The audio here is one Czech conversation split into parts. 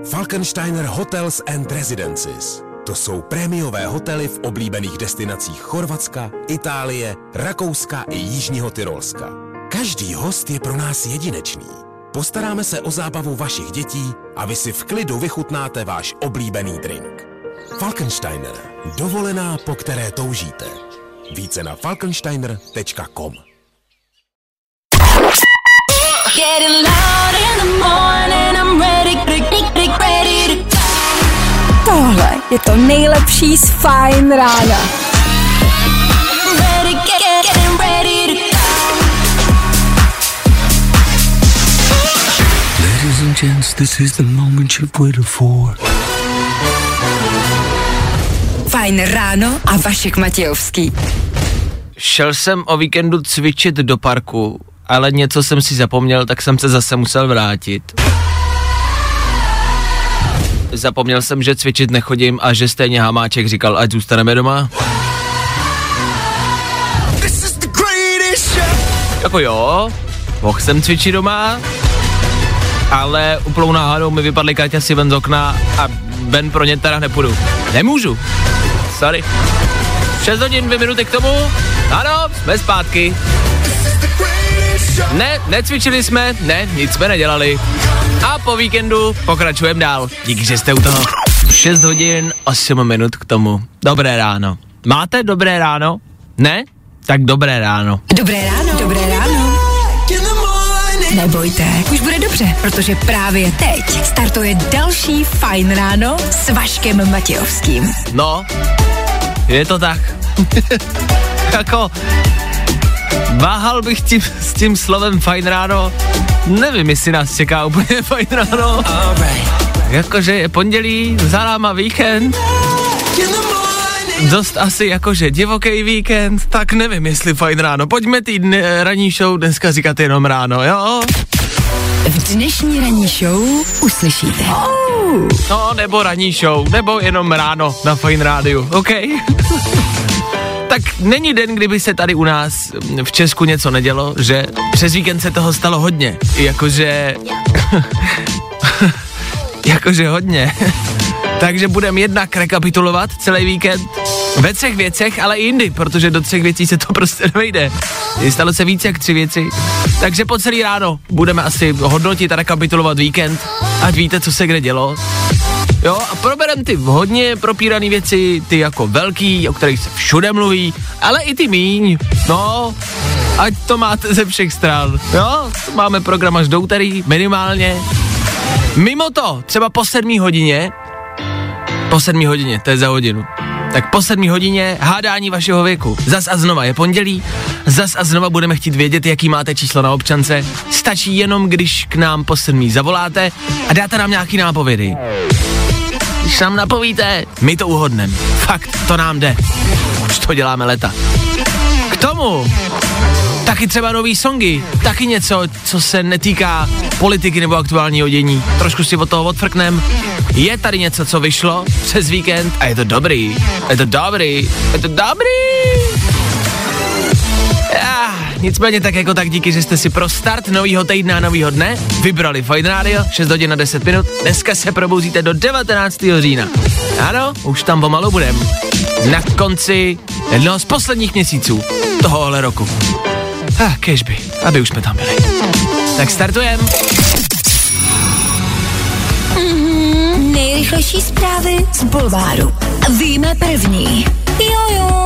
Falkensteiner Hotels and Residences. To jsou prémiové hotely v oblíbených destinacích Chorvatska, Itálie, Rakouska i Jižního Tyrolska. Každý host je pro nás jedinečný. Postaráme se o zábavu vašich dětí a vy si v klidu vychutnáte váš oblíbený drink. Falkensteiner. Dovolená, po které toužíte. Více na falkensteiner.com. Tohle je to nejlepší z Fajn rána. Ladies and gents, this is the moment you've waited for. Fajn ráno a Vašek Matějovský. Šel jsem o víkendu cvičit do parku, ale něco jsem si zapomněl, tak jsem se zase musel vrátit. Zapomněl jsem, že cvičit nechodím a že stejně Hamáček říkal, ať zůstaneme doma. Jako jo, mohl jsem cvičit doma, ale úplnou náhodou mi vypadly Kaťasy ven z okna a ven pro ně teda nepůjdu. Nemůžu. Sorry. 6 hodin, 2 minuty k tomu. Ano, jsme zpátky. Ne, necvičili jsme, ne, nic jsme nedělali. A po víkendu pokračujeme dál. Díky, že jste u toho. 6 hodin, 8 minut k tomu. Dobré ráno. Máte dobré ráno? Ne? Tak dobré ráno. Dobré ráno. Dobré ráno. Nebojte, už bude dobře, protože právě teď startuje další Fajn ráno s Vaškem Matějovským. No, je to tak. Jako, váhal bych s tím slovem Fajn ráno. Nevím, jestli nás čeká úplně Fajn ráno. Jakože je pondělí, za náma víkend. Dost asi jakože divoký víkend, tak nevím, jestli Fajn ráno. Pojďme týdny ranní show dneska říkat jenom ráno, jo? V dnešní ranní show uslyšíte. No, nebo ranní show, nebo jenom ráno na Fajn rádiu, OK? Tak není den, kdyby se tady u nás v Česku něco nedělo, že přes víkend se toho stalo hodně, jakože hodně. Takže budeme jednak rekapitulovat celý víkend ve 3 věcech, ale i jindy, protože do 3 věcí se to prostě nevejde. Stalo se víc jak 3 věci. Takže po celý ráno budeme asi hodnotit a rekapitulovat víkend, ať víte, co se kde dělo. Jo, a proberem ty hodně propíraný věci, ty jako velký, o kterých se všude mluví, ale i ty míň. No, ať to máte ze všech stran. Jo, máme program až do úterý, minimálně. Mimo to, třeba po 7 hodině, to je za hodinu. Tak po 7 hodině hádání vašeho věku. Zas a znova je pondělí, zas a znova budeme chtít vědět, jaký máte číslo na občance. Stačí jenom, když k nám po 7 zavoláte a dáte nám nějaký nápovědy. Když nám napovíte, my to uhodneme. Fakt, to nám jde. Už to děláme leta. K tomu taky třeba nový songy, taky něco, co se netýká politiky nebo aktuálního dění. Trošku si od toho odfrknem. Je tady něco, co vyšlo přes víkend a je to dobrý. Nicméně tak jako tak díky, že jste si pro start novýho týdne a novýho dne vybrali Fajn rádio, 6 hodin na 10 minut. Dneska se probouzíte do 19. října. Ano, už tam pomalu budem. Na konci jednoho z posledních měsíců tohohle roku. Kežby, aby už jsme tam byli. Tak startujeme. Nejrychlejší zprávy z bulváru. Víme první. Jo.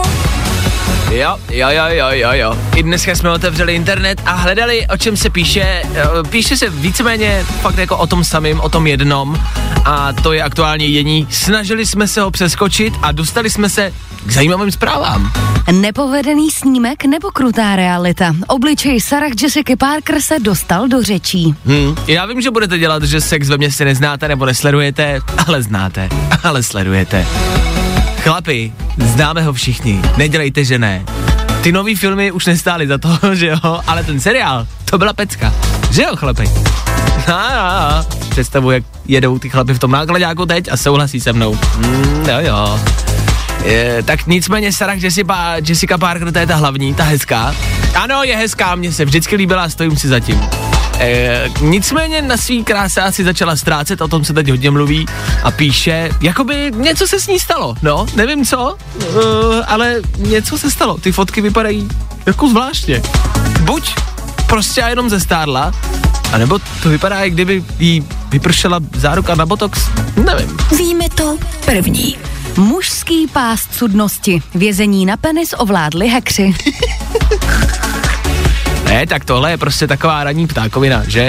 I dneska jsme otevřeli internet a hledali, o čem se píše. Píše se víceméně fakt jako o tom samém, o tom jednom. A to je aktuální dění. Snažili jsme se ho přeskočit a dostali jsme se k zajímavým zprávám. Nepovedený snímek nebo krutá realita? Obličej Sarah Jessica Parker se dostal do řečí. Já vím, že budete dělat, že sex ve městě neznáte nebo nesledujete, ale znáte, ale sledujete. Chlapi, známe ho všichni, nedělejte, že ne. Ty nový filmy už nestály za to, že jo, ale ten seriál, to byla pecka. Že jo, chlapi? Představu, jak jedou ty chlapi v tom nákladáku teď a souhlasí se mnou. Jo. Tak nicméně Sarah Jessica Parker, to je ta hlavní, ta hezká. Ano, je hezká, mně se vždycky líbila a stojím si za tím. Nicméně na svý kráse asi začala ztrácet, o tom se teď hodně mluví a píše, jakoby něco se s ní stalo, no, nevím co, ale něco se stalo, ty fotky vypadají jako zvláštně. Buď prostě jenom zestárla, anebo to vypadá, jak kdyby jí vypršela záruka na botox, nevím. Víme to první. Mužský pás cudnosti. Vězení na penis ovládli hackři. Ne, tak tohle je prostě taková ranní ptákovina, že?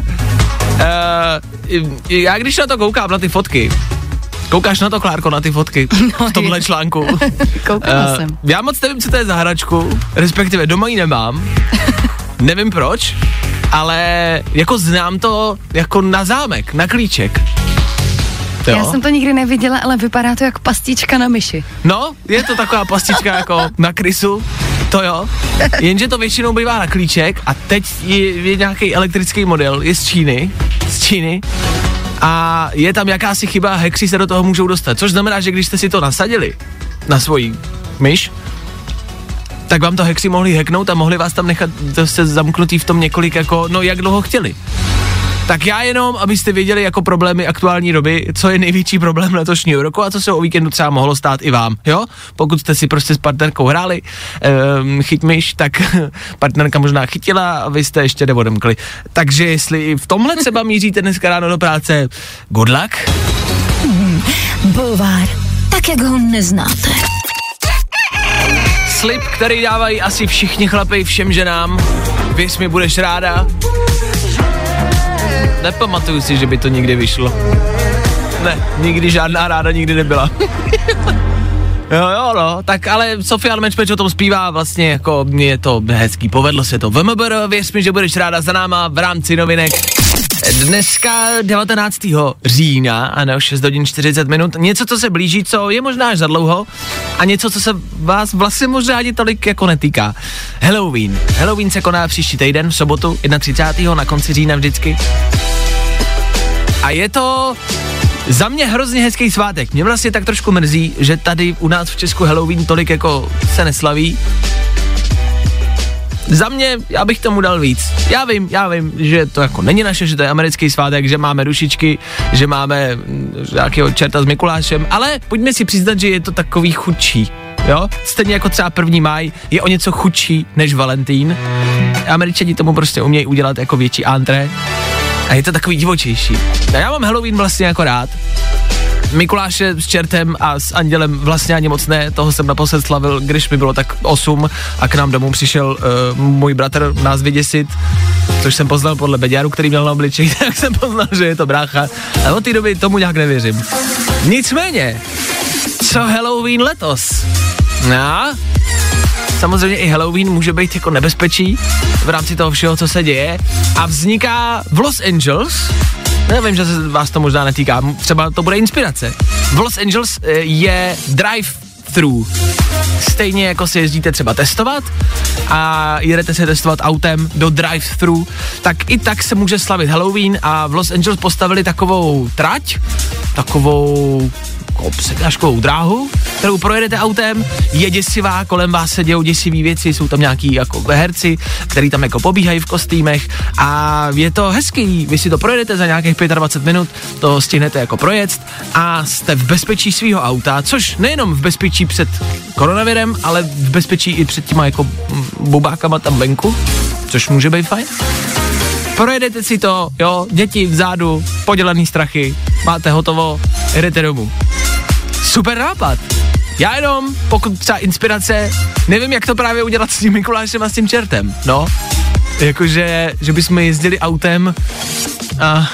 Já když na to koukám, na ty fotky, koukáš na to, Klárko, na ty fotky v tomhle článku? Koukala jsem. Já moc nevím, co to je za hračku, respektive doma ji nemám, nevím proč, ale jako znám to jako na zámek, na klíček. Jo? Já jsem to nikdy neviděla, ale vypadá to jako pastička na myši. No, je to taková pastička jako na krysu, to jo, jenže to většinou bývá na klíček a teď je nějaký elektrický model, je z Číny a je tam jakási chyba, hackři se do toho můžou dostat, což znamená, že když jste si to nasadili na svoji myš, tak vám to hackři mohli hacknout a mohli vás tam nechat se zamknutý v tom několik jako, no jak dlouho chtěli. Tak já jenom, abyste věděli jako problémy aktuální doby, co je největší problém letošního roku a co se o víkendu třeba mohlo stát i vám, jo? Pokud jste si prostě s partnerkou hráli chyť myš, tak partnerka možná chytila a vy jste ještě neodemkli. Takže jestli v tomhle třeba míříte dneska ráno do práce, good luck. Bulvár, tak jak ho neznáte. Slib, který dávají asi všichni chlapi všem ženám, věř mi, budeš ráda. Nepamatuju si, že by to nikdy vyšlo. Ne, nikdy žádná ráda nikdy nebyla. Jo, no, tak ale Sofia Almenšpeč o tom zpívá, vlastně jako je to hezký, povedlo se to. VMBR, věř mi, že budeš ráda za náma v rámci novinek. Dneska 19. října, ano, 6 hodin 40 minut, něco, co se blíží, co je možná až za dlouho a něco, co se vás vlastně možná ani tolik jako netýká. Halloween. Halloween se koná příští týden, v sobotu, 31. na konci října vždycky. A je to za mě hrozně hezký svátek. Mě vlastně tak trošku mrzí, že tady u nás v Česku Halloween tolik jako se neslaví. Za mě, já bych tomu dal víc. Já vím, že to jako není naše, že to je americký svátek, že máme dušičky, že máme nějakého čerta s Mikulášem, ale pojďme si přiznat, že je to takový chudší, jo? Stejně jako třeba 1. máj je o něco chudší než Valentín. Američani tomu prostě umějí udělat jako větší antré a je to takový divočejší. A já mám Halloween vlastně jako rád. Mikuláše s čertem a s andělem vlastně ani moc ne, toho jsem naposled slavil, když mi bylo tak 8 a k nám domů přišel můj bratr nás vyděsit, což jsem poznal podle beďáru, který měl na obličeji, tak jsem poznal, že je to brácha a od té doby tomu nějak nevěřím. Nicméně, co Halloween letos? No, samozřejmě i Halloween může být jako nebezpečí v rámci toho všeho, co se děje a vzniká v Los Angeles. Já vím, že se vás to možná netýká, třeba to bude inspirace. V Los Angeles je drive-thru. Stejně jako si jezdíte třeba testovat a jedete se testovat autem do drive-thru, tak i tak se může slavit Halloween a v Los Angeles postavili takovou trať, takovou přednáškovou dráhu, kterou projedete autem, je děsivá, kolem vás se dějou děsivý věci, jsou tam nějaký jako herci, který tam jako pobíhají v kostýmech a je to hezký, vy si to projedete za nějakých 25 minut, to stihnete jako projet a jste v bezpečí svýho auta, což nejenom v bezpečí před koronavirem, ale v bezpečí i před těma jako bubákama tam venku, což může být fajn. Projedete si to, jo, děti vzadu, podělaný strachy, máte hotovo, jdete domů. Super nápad. Já jenom, pokud třeba inspirace, nevím, jak to právě udělat s tím Mikulášem a s tím čertem, no. Jakože, že bychom jezdili autem a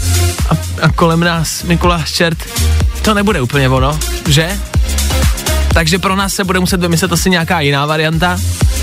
kolem nás Mikuláš čert, to nebude úplně ono, že? Takže pro nás se bude muset vymyslet asi nějaká jiná varianta.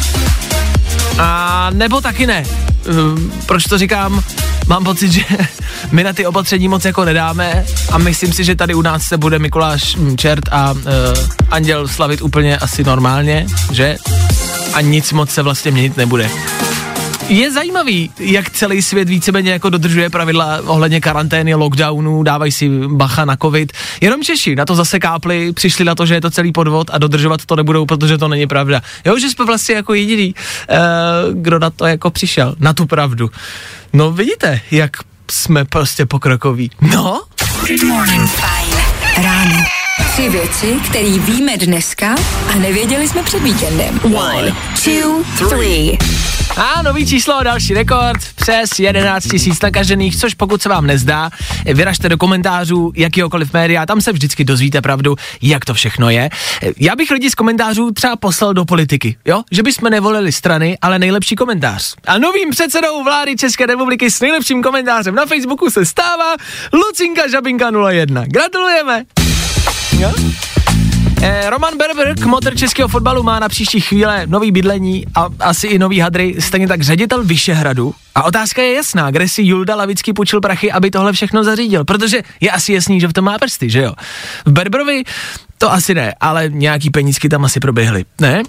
A nebo taky ne. Proč to říkám? Mám pocit, že my na ty opatření moc jako nedáme a myslím si, že tady u nás se bude Mikuláš čert a anděl slavit úplně asi normálně, že? A nic moc se vlastně měnit nebude. Je zajímavý, jak celý svět víceméně jako dodržuje pravidla ohledně karantény, lockdownu, dávají si bacha na covid. Jenom Češi na to zase kápli, přišli na to, že je to celý podvod a dodržovat to nebudou, protože to není pravda. Jo, že jsme vlastně jako jediný, kdo na to jako přišel, na tu pravdu. No vidíte, jak jsme prostě pokrokoví. No? Morning Fajn ráno. 3 věci, které víme dneska a nevěděli jsme před víkendem. 1, 2, 3. A nový číslo, další rekord, přes 11 000 nakažených, což pokud se vám nezdá, vyražte do komentářů jakýhokoliv média, tam se vždycky dozvíte pravdu, jak to všechno je. Já bych lidi z komentářů třeba poslal do politiky, jo? Že bychom nevolili strany, ale nejlepší komentář. A novým předsedou vlády České republiky s nejlepším komentářem na Facebooku se stává Lucinka Žabinka 01. Gratulujeme! Jo? Roman Berber, kmotr českého fotbalu, má na příští chvíle nový bydlení a asi i nový hadry, stejně tak ředitel Vyšehradu. A otázka je jasná, kde si Julda Lavický půjčil prachy, aby tohle všechno zařídil, protože je asi jasný, že v tom má prsty, že jo? V Berberovi to asi ne, ale nějaký penízky tam asi proběhly, ne?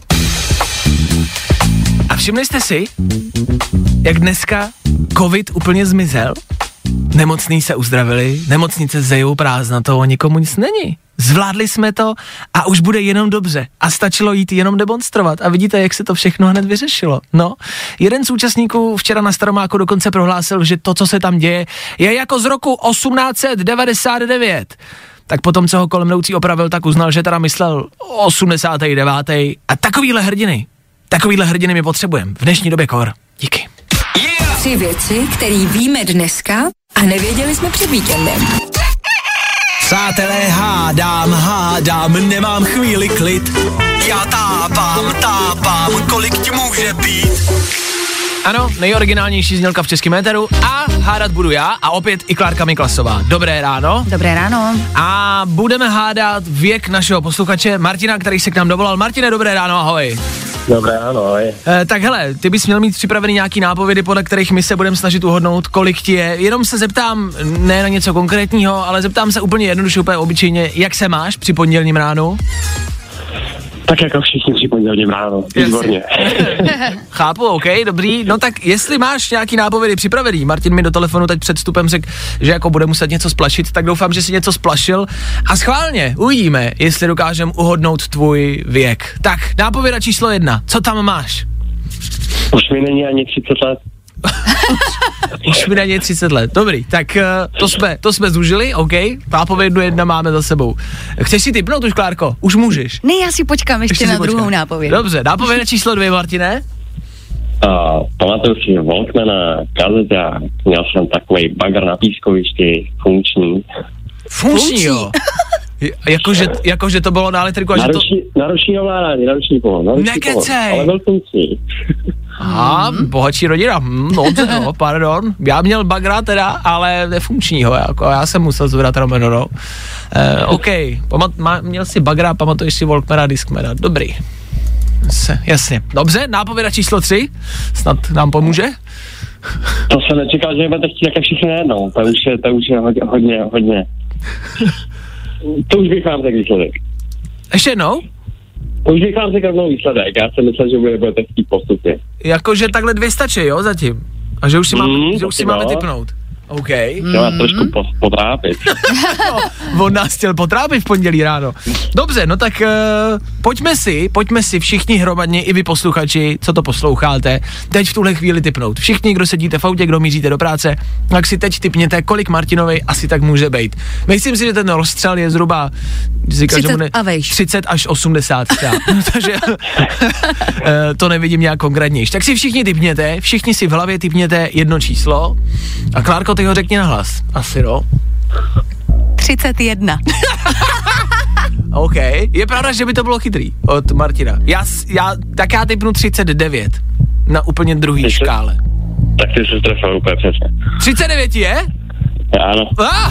A všimli jste si, jak dneska covid úplně zmizel? Nemocní se uzdravili, nemocnice zejou prázdnatou, nikomu nic není. Zvládli jsme to a už bude jenom dobře. A stačilo jít jenom demonstrovat. A vidíte, jak se to všechno hned vyřešilo. No, jeden z účastníků včera na Staromáku dokonce prohlásil, že to, co se tam děje, je jako z roku 1899. Tak potom, co ho kolem jdoucí opravil, tak uznal, že teda myslel 89. A takovýhle hrdiny my potřebujeme. V dnešní době kor. Díky. 3 věci, které víme dneska a nevěděli jsme před víkendem. Přátelé, hádám, nemám chvíli klid. Já tápám, kolik ti může být. Ano, nejoriginálnější znělka v českém éteru a hádat budu já a opět i Klárka Miklasová. Dobré ráno. Dobré ráno. A budeme hádat věk našeho posluchače Martina, který se k nám dovolal. Martine, dobré ráno, ahoj. Dobré ráno, ahoj. Tak hele, ty bys měl mít připravený nějaký nápovědy, podle kterých my se budeme snažit uhodnout, kolik ti je. Jenom se zeptám, ne na něco konkrétního, ale zeptám se úplně jednoduše, úplně obyčejně, jak se máš při pondělním ránu? Tak jako všichni při pondělním ráno, výborně. Chápu, OK, dobrý. No tak jestli máš nějaký nápovědy připravený, Martin mi do telefonu teď před vstupem řekl, že jako bude muset něco splašit, tak doufám, že si něco splašil a schválně uvidíme, jestli dokážeme uhodnout tvůj věk. Tak, nápověda číslo 1, co tam máš? Už mi není ani 30 let. Už mi není 30 let, dobrý, tak to jsme zužili, OK, nápovědu 1 máme za sebou. Chceš si tipnout už, Klárko? Už můžeš. Ne, já si počkám ještě na druhou nápověd. Dobře, nápověda číslo 2, Martine? Pamatuju si Walkmana, kazeťák, měl jsem takovej bagr na pískovišti, funkční. Funkční, jo. Jakože to bylo na elektriku a že to... Na ruční ovládání, na ruční pohon. Nekecej. Ale byl funkční. Bohatší rodina, dobře, no, pardon. Já měl bagra teda, ale nefunkčního, jako já jsem musel zvedat rameno, no. OK, měl si bagra, pamatuješ si Walkmana, Discmana, dobrý. Jasně, dobře, nápověda číslo 3, snad nám pomůže? To jsem nečekal, že budete chtít jak všichni najednou, to už je hodně. To už bych vám řekl výsledek. Ještě jednou? Už bych vám řekl rovnou výsledek, já jsem myslel, že budete chtít postupně. Jakože takhle 2 stačí, jo, zatím? A že už si máme tipnout. OK. Chtěl vás trošku potrápit. No, on nás chtěl potrápit v pondělí ráno. Dobře, no tak pojďme si všichni hromadně, i vy posluchači, co to posloucháte, teď v tuhle chvíli tipnout. Všichni, kdo sedíte v autě, kdo míříte do práce, tak si teď tipněte, kolik Martinovej asi tak může být. Myslím si, že ten rozstřel je zhruba 30 až 80 třeba. Takže to nevidím nějak konkrétnější. Tak si všichni tipněte, všichni si v hlavě tipněte jedno číslo a Klárko, ty ho řekni nahlas. Asi, no. 31. OK. Je pravda, že by to bylo chytrý od Martina. Já tipnu 39 na úplně druhý škále. Tak ty se trefil úplně přesně. 39 je? Ano.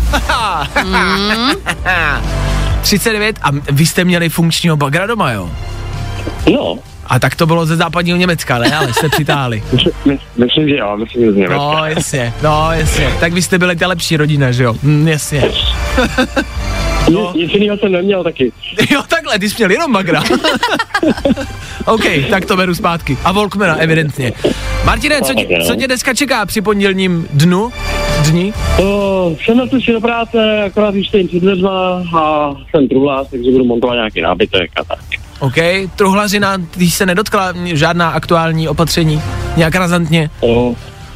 39 a vy jste měli funkčního bagra doma, jo? No. A tak to bylo ze západního Německa, ne? Ale jste přitáhli. Myslím, že jo, myslím, že z Německa. No jasně. Tak vy jste byli ta lepší rodina, že jo? Jasně. No. Nic jiného jsem neměl taky. Jo, takhle, ty jsi měl jenom bagra. OK, tak to beru zpátky. A Walkmana, evidentně. Martine, co tě dneska čeká při pondělním dni? Jsem na do práce, akorát už stojím před dveřma a jsem truhlář, takže budu montovat nějaký nábytek a tak. OK, truhlařina, když se nedotkla žádná aktuální opatření, nějak razantně?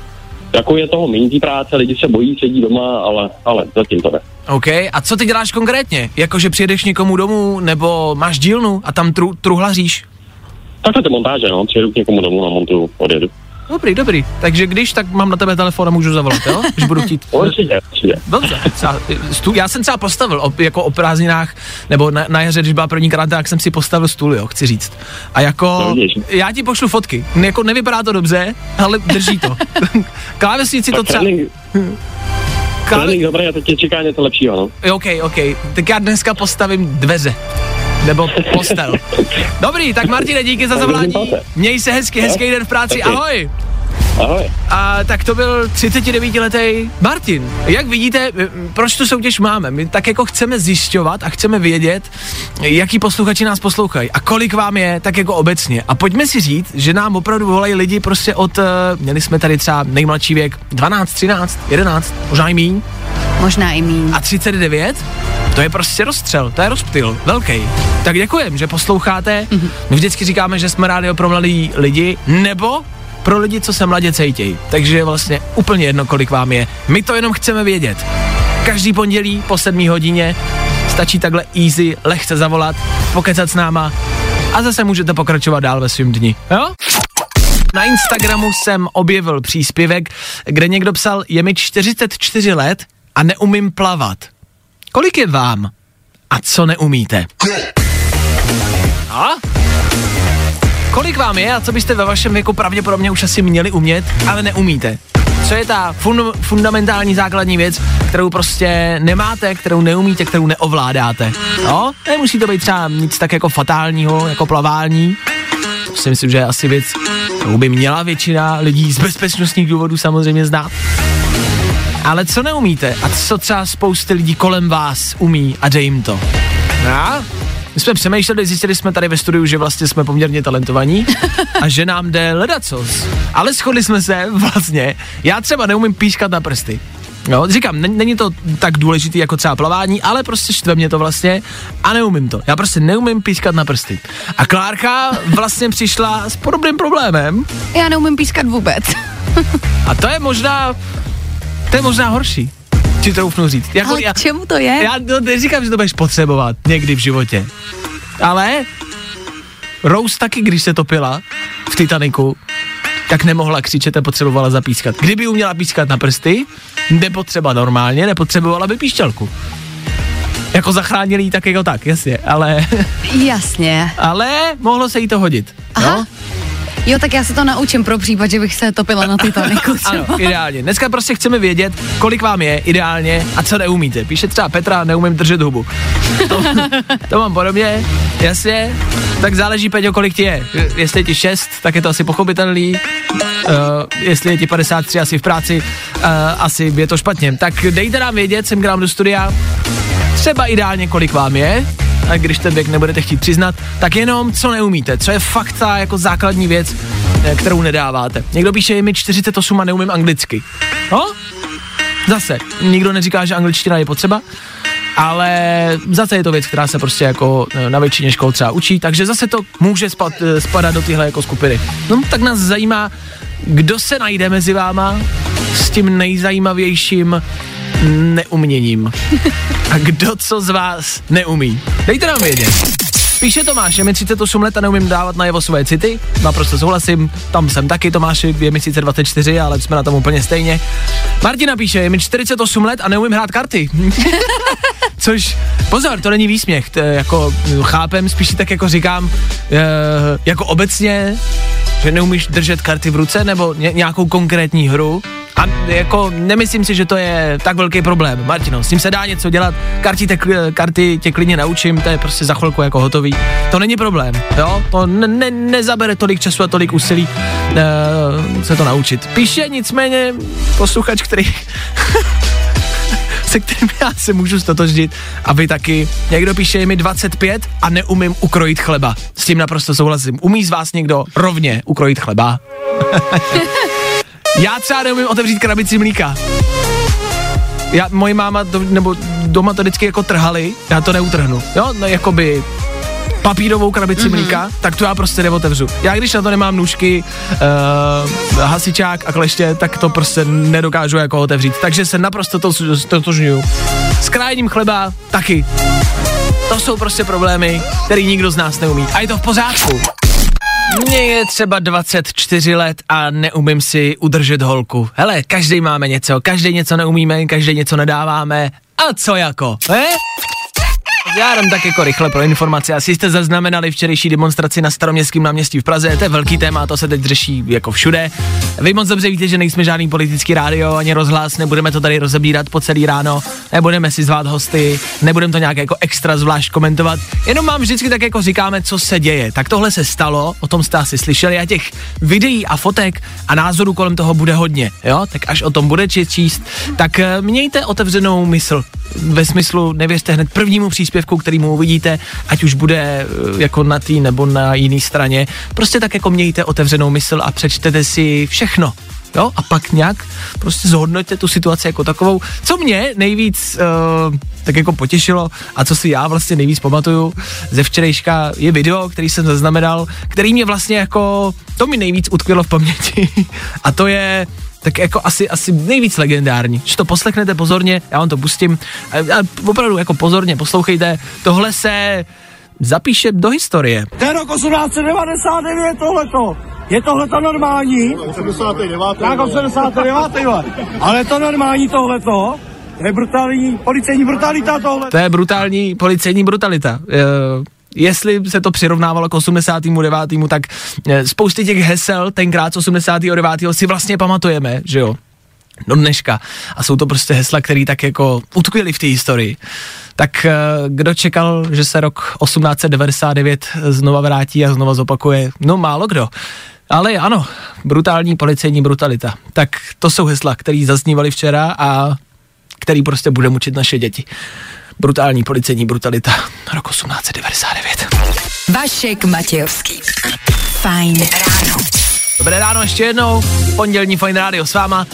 jako je toho méně práce, lidi se bojí, sedí doma, ale zatím to ne. OK, a co ty děláš konkrétně? Jakože přijedeš někomu domů, nebo máš dílnu a tam truhlaříš? Takhle to montáže, no, přijedu k někomu domů, namontuju, odjedu. Dobrý, takže když, tak mám na tebe telefon a můžu zavolat, jo? Když budu chtít. Určitě. Dobře, já jsem třeba postavil, jako o prázdninách, nebo na jaře, když byla první krát, tak jsem si postavil stůl, jo, chci říct. A jako, já ti pošlu fotky, jako nevypadá to dobře, ale drží to. Klávesnici to třeba... Trénink dobrý, a teď tě čeká něco lepšího, no. OK, tak já dneska postavím dveře. Nebo postel. Dobrý, tak Martine, díky za zavolání. Měj se hezký den v práci, ahoj. Ahoj. A tak to byl 39letý Martin. Jak vidíte, proč tu soutěž máme? My tak jako chceme zjišťovat a chceme vědět, jaký posluchači nás poslouchají a kolik vám je, tak jako obecně. A pojďme si říct, že nám opravdu volají lidi prostě měli jsme tady třeba nejmladší věk 12, 13, 11, možná i míň. Možná i míň. A 39? To je prostě rozstřel, to je rozptyl, velký. Tak děkujem, že posloucháte. My vždycky říkáme, že jsme rádio pro mladý lidi, nebo pro lidi, co se mladě cejtějí. Takže vlastně úplně jedno, kolik vám je. My to jenom chceme vědět. Každý pondělí po 7 hodině stačí takhle easy, lehce zavolat, pokecat s náma a zase můžete pokračovat dál ve svým dni. Jo? Na Instagramu jsem objevil příspěvek, kde někdo psal, je mi 44 let a neumím plavat. Kolik je vám? A co neumíte? A? Kolik vám je a co byste ve vašem věku pravděpodobně už asi měli umět, ale neumíte? Co je ta fundamentální základní věc, kterou prostě nemáte, kterou neumíte, kterou neovládáte? No, nemusí to být třeba nic tak jako fatálního, jako plavání. To si myslím, že je asi věc, kterou by měla většina lidí z bezpečnostních důvodů samozřejmě znát. Ale co neumíte a co třeba spousty lidí kolem vás umí a jde jim to? No? My jsme přemýšleli, zjistili jsme tady ve studiu, že vlastně jsme poměrně talentovaní a že nám jde ledacos. Ale shodli jsme se vlastně, já třeba neumím pískat na prsty. No, říkám, není to tak důležitý jako třeba plavání, ale prostě štve mě to vlastně a neumím to. Já prostě neumím pískat na prsty. A Klárka vlastně přišla s podobným problémem. Já neumím pískat vůbec. A to je možná horší. Ti troufnu říct. Jako ale k čemu to je? Já neříkám, že to budeš potřebovat někdy v životě. Ale Rose taky, když se topila v Titaniku, tak nemohla křičet a potřebovala zapískat. Kdyby uměla pískat na prsty, nebo třeba normálně, nepotřebovala by píšťalku. Jako zachránili jí tak jako tak, jasně, ale... Jasně. Ale mohlo se jí to hodit. Aha. No? Jo, tak já se to naučím pro případ, že bych se topila na Titaniku. Ano, ideálně. Dneska prostě chceme vědět, kolik vám je ideálně a co neumíte. Píše třeba Petra, neumím držet hubu. To mám podobně, jasně. Tak záleží, Peťo, kolik ti je. Jestli je ti 6, tak je to asi pochopitelný. Jestli je ti 53 asi v práci, asi je to špatně. Tak dejte nám vědět, sem k nám do studia, třeba ideálně, kolik vám je. A když ten věk nebudete chtít přiznat, tak jenom co neumíte, co je fakt ta jako základní věc, kterou nedáváte. Někdo píše, je mi 48 a neumím anglicky. No? Zase, nikdo neříká, že angličtina je potřeba, ale zase je to věc, která se prostě jako na většině škol třeba učí, takže zase to může spadat do tyhle jako skupiny. No, tak nás zajímá, kdo se najde mezi váma s tím nejzajímavějším neuměním. A kdo co z vás neumí? Dejte nám vědět. Píše Tomáš, je mi 38 let a neumím dávat najevo svoje city. Naprosto souhlasím, tam jsem taky, Tomáši, je mi sice 24, ale jsme na tom úplně stejně. Martina píše, je mi 48 let a neumím hrát karty. Což, pozor, to není výsměch, to jako chápem, spíš tak jako říkám, jako obecně, že neumíš držet karty v ruce nebo nějakou konkrétní hru. A jako nemyslím si, že to je tak velký problém, Martino, s tím se dá něco dělat, karty tě klidně naučím, to je prostě za chvilku jako hotový, to není problém, jo, to nezabere tolik času a tolik úsilí se to naučit. Píše nicméně posluchač, který se kterým já se můžu stotožnit a vy taky. Někdo píše, je mi 25 a neumím ukrojit chleba. S tím naprosto souhlasím. Umí z vás někdo rovně ukrojit chleba? Já třeba neumím otevřít krabici mlíka. Moje máma nebo doma to vždycky jako trhali, já to neutrhnu. Jo, no jakoby papírovou krabici mlíka, tak to já prostě neotevřu. Já když na to nemám nůžky, hasičák a kleště, tak to prostě nedokážu jako otevřít. Takže se naprosto totožňuju. S krájením chleba taky. To jsou prostě problémy, které nikdo z nás neumí. A je to v pořádku. Mně je třeba 24 let a neumím si udržet holku. Hele, každý máme něco, každý něco neumíme, každý něco nedáváme. A co jako, Já dám tak jako rychle pro informaci. Asi jste zaznamenali včerejší demonstraci na Staroměstském náměstí v Praze, to je velký téma, to se teď řeší jako všude. Vy moc dobře víte, že nejsme žádný politický rádio ani rozhlas, nebudeme to tady rozebírat po celý ráno, nebudeme si zvát hosty, nebudeme to nějak jako extra zvlášť komentovat, jenom vám vždycky tak jako říkáme, co se děje. Tak tohle se stalo, o tom jste asi slyšeli a těch videí a fotek a názorů kolem toho bude hodně, jo? Tak až o tom bude číst, tak mějte otevřenou mysl. Ve smyslu nevěřte hned prvnímu příspěvku, kterýmu uvidíte, ať už bude jako na té nebo na jiné straně. Prostě tak jako mějte otevřenou mysl a přečtete si všechno. Jo? A pak nějak prostě zhodnoťte tu situaci jako takovou. Co mě nejvíc tak jako potěšilo a co si já vlastně nejvíc pamatuju ze včerejška je video, který jsem zaznamenal, který mě vlastně jako, to mi nejvíc utkvělo v paměti a to je tak jako asi nejvíc legendární. Když to poslechnete pozorně, já vám to pustím, a opravdu jako pozorně poslouchejte, tohle se zapíše do historie. To je rok 1899 tohleto. Je tohleto normální? 89. Tak 89. Ale to normální tohleto? To je brutální policejní brutalita tohle. To je brutální policejní brutalita. Jestli se to přirovnávalo k 89., tak spousty těch hesel tenkrát z 89. si vlastně pamatujeme, že jo, do dneška. A jsou to prostě hesla, které tak jako utkvěly v té historii. Tak kdo čekal, že se rok 1899 znova vrátí a znova zopakuje? No málo kdo. Ale ano, brutální policejní brutalita. Tak to jsou hesla, které zaznívaly včera a který prostě bude mučit naše děti. Brutální policejní brutalita, rok 1899. Vašek Matějovský. Fajn ráno. Dobré ráno ještě jednou, pondělní Fajn rádio s váma.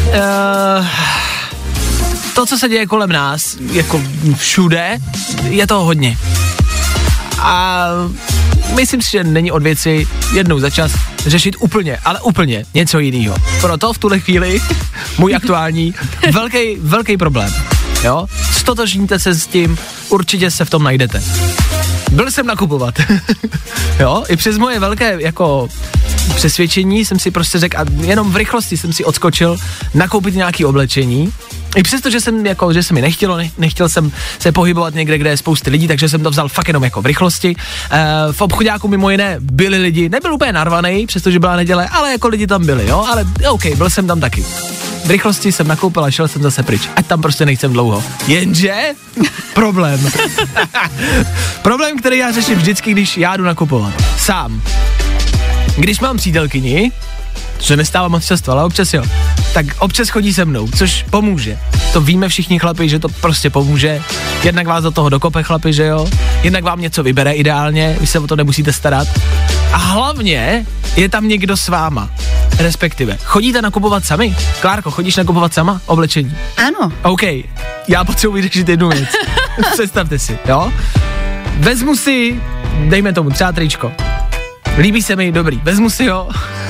To, co se děje kolem nás, jako všude, je toho hodně. A myslím si, že není od věci jednou za čas řešit úplně, ale úplně něco jiného. Proto v tuhle chvíli můj aktuální velký problém. Jo? Stotožníte se s tím, určitě se v tom najdete. Byl jsem nakupovat. Jo? I přes moje velké jako přesvědčení jsem si prostě řekl a jenom v rychlosti jsem si odskočil nakoupit nějaké oblečení. I přesto, že jsem jako, že se mi nechtěl jsem se pohybovat někde, kde je spousty lidí, takže jsem to vzal fakt jenom jako v rychlosti. V obchodáku mimo jiné byli lidi, nebyl úplně narvaný, přestože byla neděle, ale jako lidi tam byli, jo, ale OK, byl jsem tam taky. V rychlosti jsem nakoupil a šel jsem zase pryč, ať tam prostě nejsem dlouho. Jenže problém. Problém, který já řeším vždycky, když já jdu nakupovat. Sám. Když mám přítelkyni, což nestává moc často, ale občas jo, tak občas chodí se mnou, což pomůže. To víme všichni chlapi, že to prostě pomůže. Jednak vás do toho dokope chlapi, že jo, jednak vám něco vybere ideálně, vy se o to nemusíte starat. A hlavně je tam někdo s váma, respektive. Chodíte nakupovat sami? Klárko, chodíš nakupovat sama oblečení? Ano. OK, já potřebuji vyřešit jednu věc. Představte si, jo. Vezmu si, dejme tomu třeba tričko. Líbí se mi, dobrý, vezmu si ho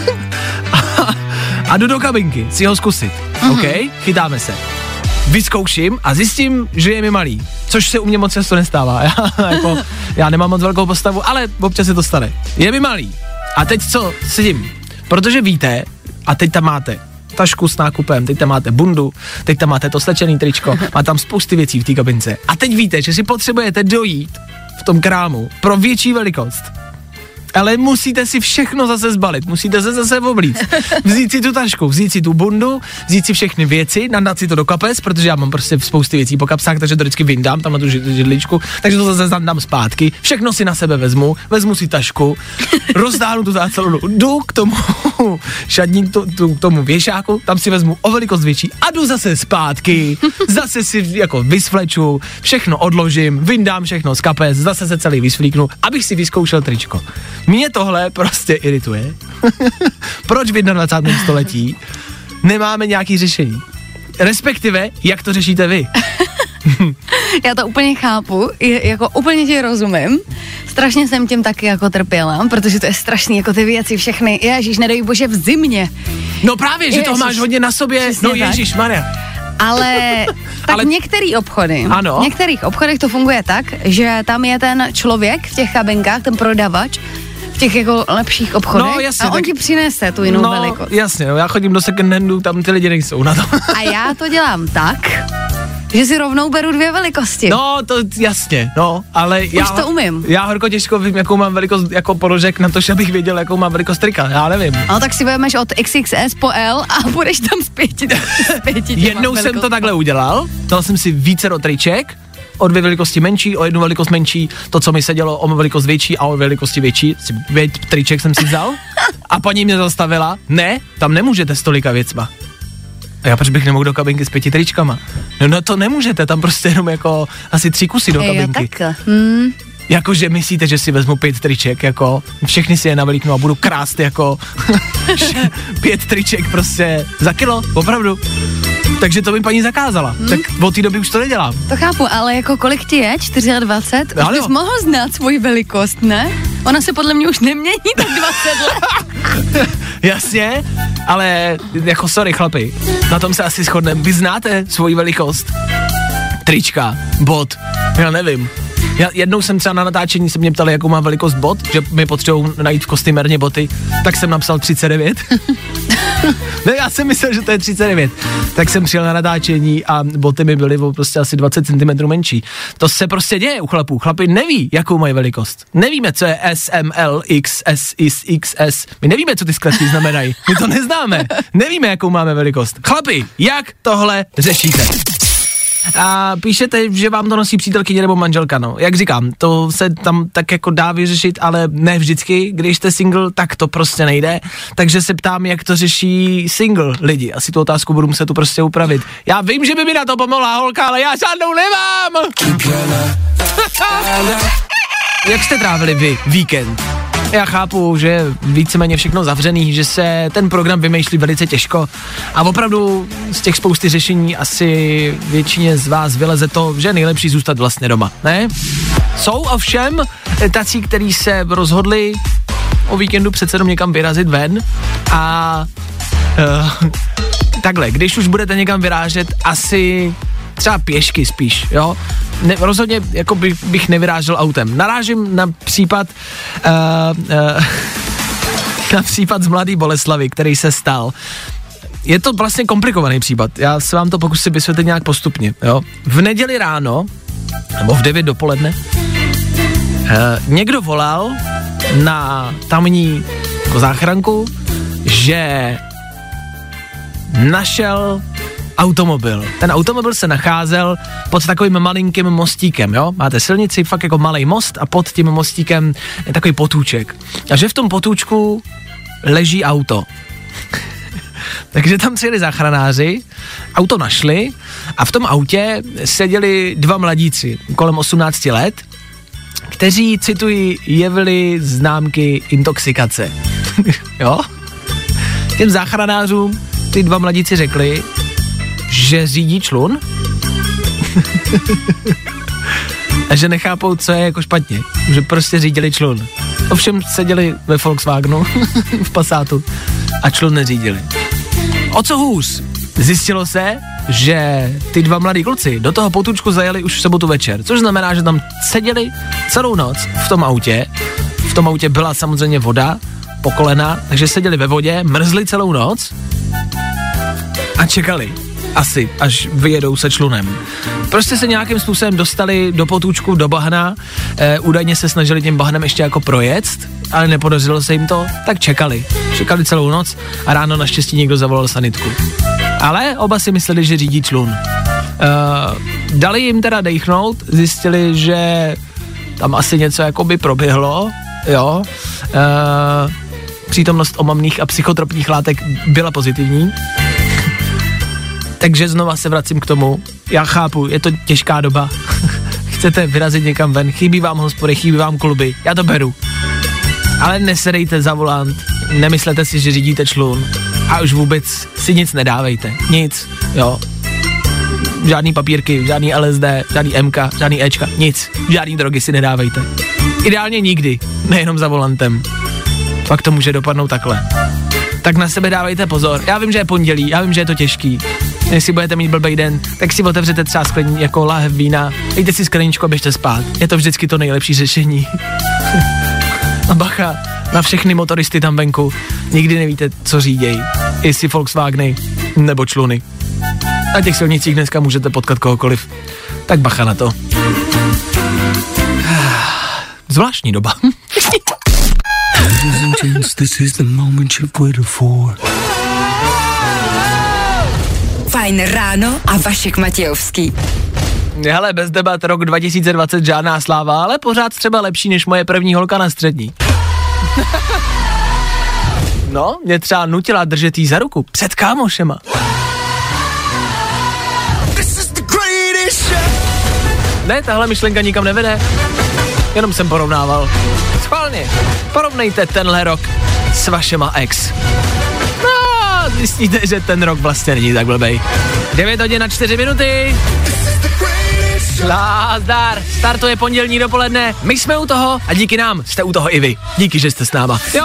a jdu do kabinky si ho zkusit, OK? Chytáme se. Vyzkouším a zjistím, že je mi malý, což se u mě moc často nestává. Já nemám moc velkou postavu, ale občas se to stane. Je mi malý. A teď co s tím? Protože víte, a teď tam máte tašku s nákupem, teď tam máte bundu, teď tam máte to slečený tričko, má tam spousty věcí v té kabince. A teď víte, že si potřebujete dojít v tom krámu pro větší velikost. Ale musíte si všechno zase zbalit, musíte se zase oblíct. Vzít si tu tašku, vzít si tu bundu, vzít si všechny věci, nadat si to do kapes, protože já mám prostě spousty věcí po kapsách, takže to vždycky vyndám tam na tu židličku, takže to zase dám zpátky, všechno si na sebe vezmu si tašku, rozdáhnu tu záclonu, jdu k tomu šatníku, k tomu věšáku, tam si vezmu o velikost větší a jdu zase zpátky, zase si jako vysvleču, všechno odložím, vyndám všechno z kapes, zase se celý vysvlíknu, abych si vyzkoušel tričko. Mě tohle prostě irituje. Proč v 21. století nemáme nějaký řešení? Respektive, jak to řešíte vy? Já to úplně chápu, jako úplně ti rozumím. Strašně jsem tím taky jako trpěla, protože to je strašný, jako ty věci všechny, ježíš, nedej bože v zimě. No právě, že toho máš hodně na sobě, přesně no ježišmarja. Ale tak Ale- některý obchody, Ano. v některých obchodech to funguje tak, že tam je ten člověk v těch kabinkách, ten prodavač, v těch jako lepších obchodech No, jasně, a on tak- ti přinese tu jinou velikost. jasně, no, já chodím do second handu, tam ty lidi nejsou na to. A já to dělám tak, že si rovnou beru 2 velikosti. No, to jasně, no, ale já... to umím. Já horko těžko vím, jakou mám velikost jako ponožek na to, že abych věděl, jakou mám velikost trika, já nevím. No tak si vezmeš od XXS po L a budeš tam zpět. Jednou jsem to takhle udělal, dal jsem si vícero triček, o 2 velikosti menší, o 1 velikost menší, to, co mi sedělo, o velikost větší a o velikosti větší, 5 triček jsem si vzal a paní mě zastavila, ne, tam nemůžete s tolika věcma. A já proč bych nemohl do kabinky s 5 tričkama? No to nemůžete, tam prostě jenom jako asi 3 kusy do kabinky. takhle. Jakože myslíte, že si vezmu 5 triček, jako všechny si je navlíknu a budu krást jako 5 triček prostě za kilo, opravdu. Takže to mi paní zakázala, tak od té doby už to nedělám. To chápu, ale jako kolik ti je? 24? Už Ano. bys mohl znát svoji velikost, ne? Ona se podle mě už nemění tak 20 let. Jasně, ale jako sorry chlapi, na tom se asi shodneme. Vy znáte svoji velikost? Trička, bot, já nevím. Jednou jsem třeba na natáčení se mě ptali, jakou mám velikost bot, že mi potřebují najít v kostýmerně boty, tak jsem napsal 39. Ne, já jsem myslel, že to je 39. Tak jsem přijel na natáčení a boty mi byly prostě asi 20 cm menší. To se prostě děje u chlapů. Chlapi neví, jakou mají velikost. Nevíme, co je S, M, L, X, S, XS. My nevíme, co ty zkratky znamenají. My to neznáme. Nevíme, jakou máme velikost. Chlapi, jak tohle řešíte? A píšete, že vám to nosí přítelkyně nebo manželka, no. Jak říkám, to se tam tak jako dá vyřešit, ale ne vždycky, když jste single, tak to prostě nejde. Takže se ptám, jak to řeší single lidi. Asi tu otázku budu muset tu prostě upravit. Já vím, že by mi na to pomohla holka, ale já žádnou nemám! Jak jste trávili vy víkend? Já chápu, že víceméně všechno zavřený, že se ten program vymýšlí velice těžko a opravdu z těch spousty řešení asi většině z vás vyleze to, že je nejlepší zůstat vlastně doma, ne? Jsou ovšem tací, kteří se rozhodli o víkendu přece jenom někam vyrazit ven a takhle, když už budete někam vyrážet, asi třeba pěšky spíš, jo? Rozhodně jako bych nevyrážel autem. Narážím na případ z Mladé Boleslavi, který se stal. Je to vlastně komplikovaný případ. Já se vám to pokusím vysvětlit nějak postupně, jo? V neděli ráno, nebo v 9 dopoledne, někdo volal na tamní jako záchranku, že našel automobil. Ten automobil se nacházel pod takovým malinkým mostíkem, jo? Máte silnici, fakt jako malej most a pod tím mostíkem je takový potůček. A že v tom potůčku leží auto. Takže tam přijeli záchranáři, auto našli a v tom autě seděli 2 mladíci kolem 18 let, kteří, cituji, jevili známky intoxikace. Jo? Těm záchranářům ty 2 mladíci řekli, že řídí člun a že nechápou, co je jako špatně, že prostě řídili člun. Ovšem seděli ve Volkswagenu v Passátu a člun neřídili. O co hůř? Zjistilo se, že ty 2 mladí kluci do toho potůčku zajeli už v sobotu večer, což znamená, že tam seděli celou noc v tom autě. V tom autě byla samozřejmě voda po kolena, takže seděli ve vodě, mrzli celou noc a čekali. Asi, až vyjedou se člunem. Prostě se nějakým způsobem dostali do potůčku, do bahna, údajně se snažili tím bahnem ještě jako projet, ale nepodařilo se jim to, tak čekali. Čekali celou noc a ráno naštěstí někdo zavolal sanitku. Ale oba si mysleli, že řídí člun. Dali jim teda dejchnout, zjistili, že tam asi něco jakoby proběhlo, jo. Přítomnost omamných a psychotropních látek byla pozitivní. Takže znova se vracím k tomu, já chápu, je to těžká doba, chcete vyrazit někam ven, chybí vám hospody, chybí vám kluby, já to beru. Ale nesedejte za volant, nemyslete si, že řídíte člun a už vůbec si nic nedávejte, nic, jo. Žádný papírky, žádný LSD, žádný MK, žádný Ečka, nic, žádný drogy si nedávejte. Ideálně nikdy, nejenom za volantem. Pak to může dopadnout takhle. Tak na sebe dávejte pozor. Já vím, že je pondělí, já vím, že je to těžký. Jestli budete mít blbej den, tak si otevřete třeba sklení jako láhev vína, dejte si skleničku a běžte spát. Je to vždycky to nejlepší řešení. A bacha na všechny motoristy tam venku. Nikdy nevíte, co říděj. Jestli Volkswageny nebo čluny. Na těch silnicích dneska můžete potkat kohokoliv. Tak bacha na to. Zvláštní doba. Ladies and gents, this is the moment you've waited for. Fajn ráno a Vašek Matějovský. Hele, bez debat, rok 2020 žádná sláva, ale pořád třeba lepší než moje první holka na střední. No, mě třeba nutila držet jí za ruku před kámošema. Ne, tahle myšlenka nikam nevede. Jenom jsem porovnával. Schválně, porovnejte tenhle rok s vašema ex. No, zjistíte, že ten rok vlastně není tak blbej. 9 hodin na 4 minuty. Nazdar, startuje pondělní dopoledne. My jsme u toho a díky nám jste u toho i vy. Díky, že jste s náma. Jo.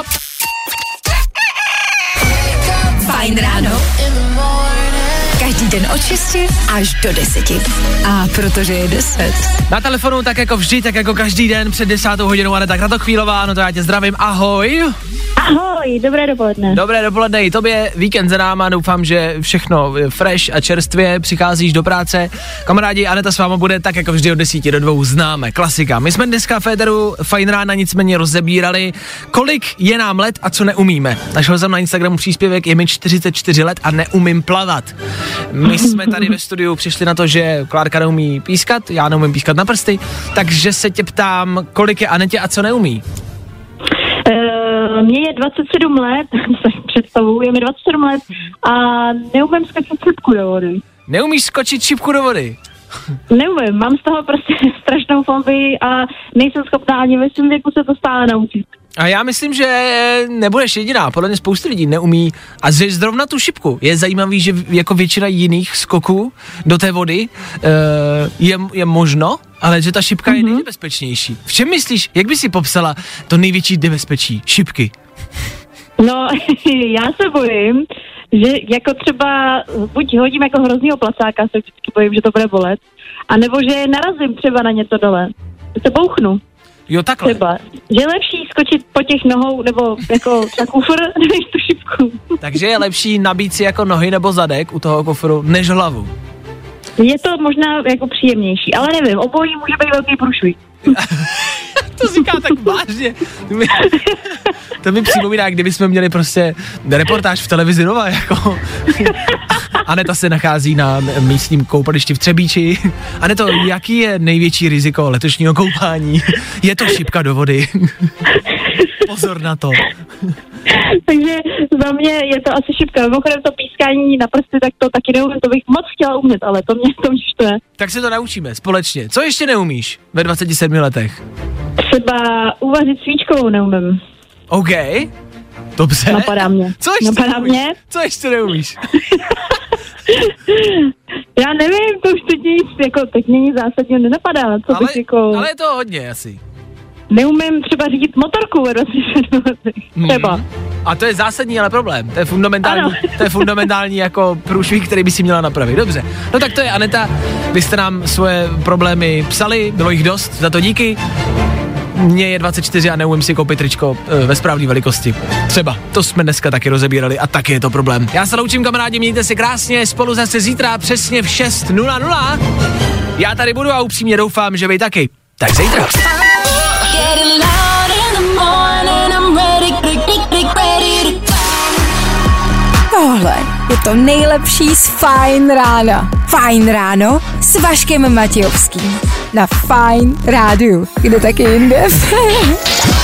Fajn ráno. Každý den od 6 až do 10. A protože je 10. Na telefonu tak jako vždy, tak jako každý den před 10. hodinou, ale tak Kratochvílová, no to já tě zdravím, ahoj. Ahoj, dobré dopoledne. Dobré dopoledne i tobě, víkend za náma, doufám, že všechno fresh a čerstvě, přicházíš do práce. Kamarádi, Aneta s váma bude tak jako vždy od 10 do 2, známe, klasika. My jsme dneska v éteru Fajn rána nicméně rozebírali, kolik je nám let a co neumíme. Našel jsem na Instagramu příspěvek, je mi 44 let a neumím plavat. My jsme tady ve studiu přišli na to, že Klárka neumí pískat, já neumím pískat na prsty, takže se tě ptám, kolik je Anetě a co neumí? Mně je 27 let, představuji, je mi 27 let a neumím skočit šipku do vody. Neumíš skočit šipku do vody? Neumím, mám z toho prostě strašnou fobii a nejsem schopná ani ve svém věku se to stále naučit. A já myslím, že nebudeš jediná, podle mě spoustu lidí neumí a zrovna tu šipku. Je zajímavý, že jako většina jiných skoků do té vody je možno, ale že ta šipka je nejnebezpečnější. V čem myslíš, jak by si popsala to největší nebezpečí šipky? No, já se bojím, že jako třeba buď hodím jako hroznýho placáka, se vždycky bojím, že to bude bolet, anebo že narazím třeba na něco dole, že se bouchnu. Jo, takhle. Třeba, že je lepší skočit po těch nohou, nebo jako za kufr, než tu šipku. Takže je lepší nabít si jako nohy nebo zadek u toho kufru, než hlavu. Je to možná jako příjemnější, ale nevím, obojí může být velký průšvih. To říká tak vážně. To mi připomíná, kdyby jsme měli prostě reportáž v televizi Nova, jako Aneta se nachází na místním koupališti v Třebíči. Aneto, jaký je největší riziko letošního koupání? Je to šipka do vody. Pozor na to. Takže za mě je to asi šipka. Mimochodem to pískání na prsty, tak to taky neumím, to bych moc chtěla umět, ale to mě štve. Tak se to naučíme společně. Co ještě neumíš ve 27 letech? Třeba uvařit svíčkovou neumím. OK. Dobře. Napadá mě. Co ještě Napadá neumíš? mě? Co ještě neumíš? Já nevím, to už teď není zásadně nenapadá. Co bych jako... Ale je to hodně asi. Neumím třeba řídit motorku ve 27 letech. Třeba. A to je zásadní ale problém. To je fundamentální jako průšvih, který by si měla napravit. Dobře. No tak to je Aneta. Vy jste nám svoje problémy psali, bylo jich dost, za to díky. Mně je 24 a neumím si koupit tričko ve správné velikosti. Třeba. To jsme dneska taky rozebírali a taky je to problém. Já se loučím, kamarádi, mějte se krásně, spolu zase zítra přesně v 6:00. Já tady budu a upřímně doufám, že vy taky. Tak zítra. Tohle je to nejlepší z Fajn rána. Fajn ráno s Vaškem Matějovským. Na Fajn rádiu. Kde taky jinde?